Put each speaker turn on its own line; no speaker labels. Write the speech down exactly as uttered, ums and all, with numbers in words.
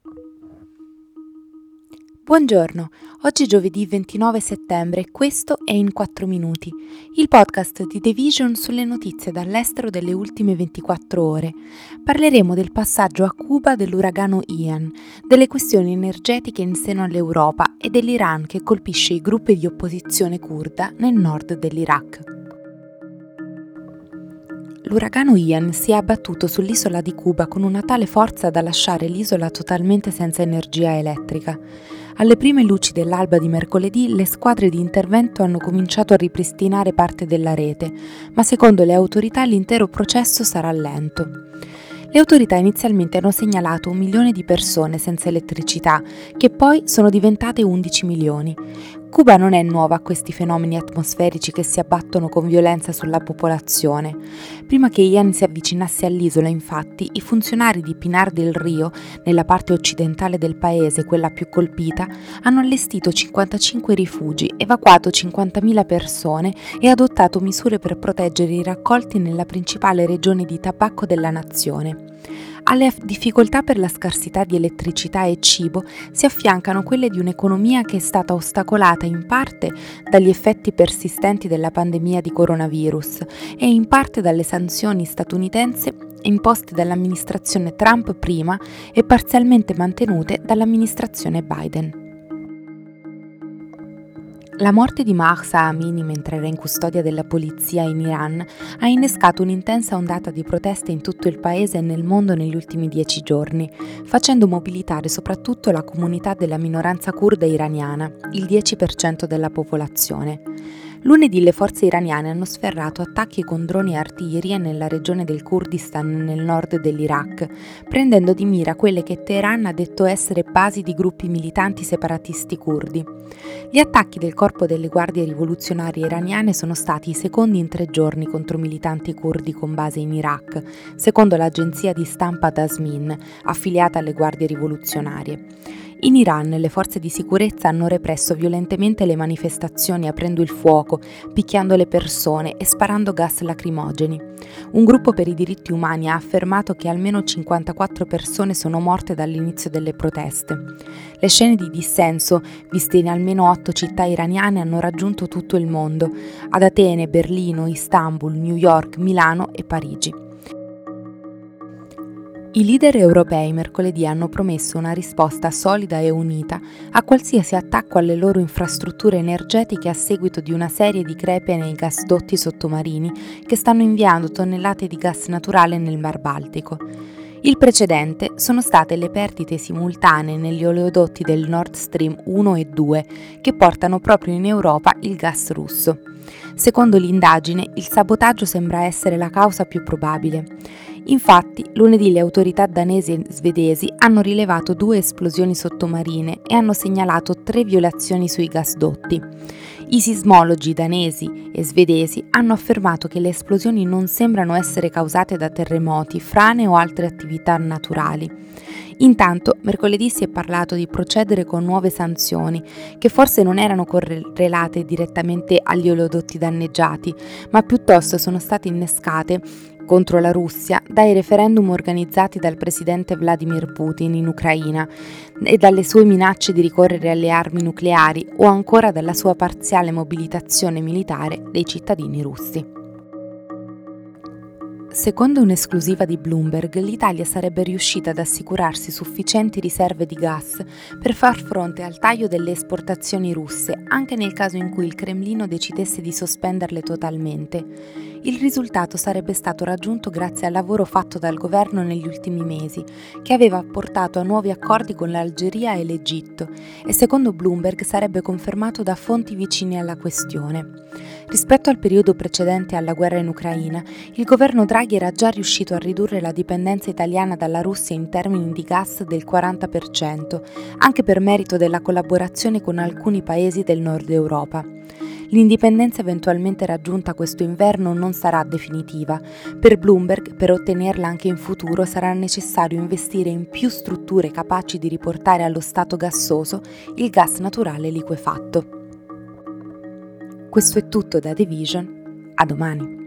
Buongiorno, oggi è giovedì ventinove settembre e questo è In quattro minuti, il podcast di The Vision sulle notizie dall'estero delle ultime ventiquattro ore. Parleremo del passaggio a Cuba dell'uragano Ian, delle questioni energetiche in seno all'Europa e dell'Iran che colpisce i gruppi di opposizione curda nel nord dell'Iraq. L'uragano Ian si è abbattuto sull'isola di Cuba con una tale forza da lasciare l'isola totalmente senza energia elettrica. Alle prime luci dell'alba di mercoledì le squadre di intervento hanno cominciato a ripristinare parte della rete, ma secondo le autorità l'intero processo sarà lento. Le autorità inizialmente hanno segnalato un milione di persone senza elettricità, che poi sono diventate undici milioni. Cuba non è nuova a questi fenomeni atmosferici che si abbattono con violenza sulla popolazione. Prima che Ian si avvicinasse all'isola, infatti, i funzionari di Pinar del Rio, nella parte occidentale del paese, quella più colpita, hanno allestito cinquantacinque rifugi, evacuato cinquantamila persone e adottato misure per proteggere i raccolti nella principale regione di tabacco della nazione. Alle difficoltà per la scarsità di elettricità e cibo si affiancano quelle di un'economia che è stata ostacolata in parte dagli effetti persistenti della pandemia di coronavirus e in parte dalle sanzioni statunitensi imposte dall'amministrazione Trump prima e parzialmente mantenute dall'amministrazione Biden. La morte di Mahsa Amini mentre era in custodia della polizia in Iran ha innescato un'intensa ondata di proteste in tutto il paese e nel mondo negli ultimi dieci giorni, facendo mobilitare soprattutto la comunità della minoranza curda iraniana, il dieci per cento della popolazione. Lunedì le forze iraniane hanno sferrato attacchi con droni e artiglierie nella regione del Kurdistan nel nord dell'Iraq, prendendo di mira quelle che Teheran ha detto essere basi di gruppi militanti separatisti curdi. Gli attacchi del corpo delle guardie rivoluzionarie iraniane sono stati i secondi in tre giorni contro militanti curdi con base in Iraq, secondo l'agenzia di stampa Tasmin, affiliata alle guardie rivoluzionarie. In Iran le forze di sicurezza hanno represso violentemente le manifestazioni aprendo il fuoco, picchiando le persone e sparando gas lacrimogeni. Un gruppo per i diritti umani ha affermato che almeno cinquantaquattro persone sono morte dall'inizio delle proteste. Le scene di dissenso, viste in almeno otto città iraniane, hanno raggiunto tutto il mondo, ad Atene, Berlino, Istanbul, New York, Milano e Parigi. I leader europei mercoledì hanno promesso una risposta solida e unita a qualsiasi attacco alle loro infrastrutture energetiche a seguito di una serie di crepe nei gasdotti sottomarini che stanno inviando tonnellate di gas naturale nel Mar Baltico. Il precedente sono state le perdite simultanee negli oleodotti del Nord Stream uno e due che portano proprio in Europa il gas russo. Secondo l'indagine, il sabotaggio sembra essere la causa più probabile. Infatti, lunedì le autorità danesi e svedesi hanno rilevato due esplosioni sottomarine e hanno segnalato tre violazioni sui gasdotti. I sismologi danesi e svedesi hanno affermato che le esplosioni non sembrano essere causate da terremoti, frane o altre attività naturali. Intanto, mercoledì si è parlato di procedere con nuove sanzioni, che forse non erano correlate direttamente agli oleodotti danneggiati, ma piuttosto sono state innescate contro la Russia dai referendum organizzati dal presidente Vladimir Putin in Ucraina e dalle sue minacce di ricorrere alle armi nucleari o ancora dalla sua parziale mobilitazione militare dei cittadini russi. Secondo un'esclusiva di Bloomberg, l'Italia sarebbe riuscita ad assicurarsi sufficienti riserve di gas per far fronte al taglio delle esportazioni russe, anche nel caso in cui il Cremlino decidesse di sospenderle totalmente. Il risultato sarebbe stato raggiunto grazie al lavoro fatto dal governo negli ultimi mesi, che aveva portato a nuovi accordi con l'Algeria e l'Egitto, e secondo Bloomberg sarebbe confermato da fonti vicine alla questione. Rispetto al periodo precedente alla guerra in Ucraina, il governo Draghi era già riuscito a ridurre la dipendenza italiana dalla Russia in termini di gas del quaranta per cento, anche per merito della collaborazione con alcuni paesi del nord Europa. L'indipendenza eventualmente raggiunta questo inverno non sarà definitiva. Per Bloomberg, per ottenerla anche in futuro, sarà necessario investire in più strutture capaci di riportare allo stato gassoso il gas naturale liquefatto. Questo è tutto da The Vision. A domani.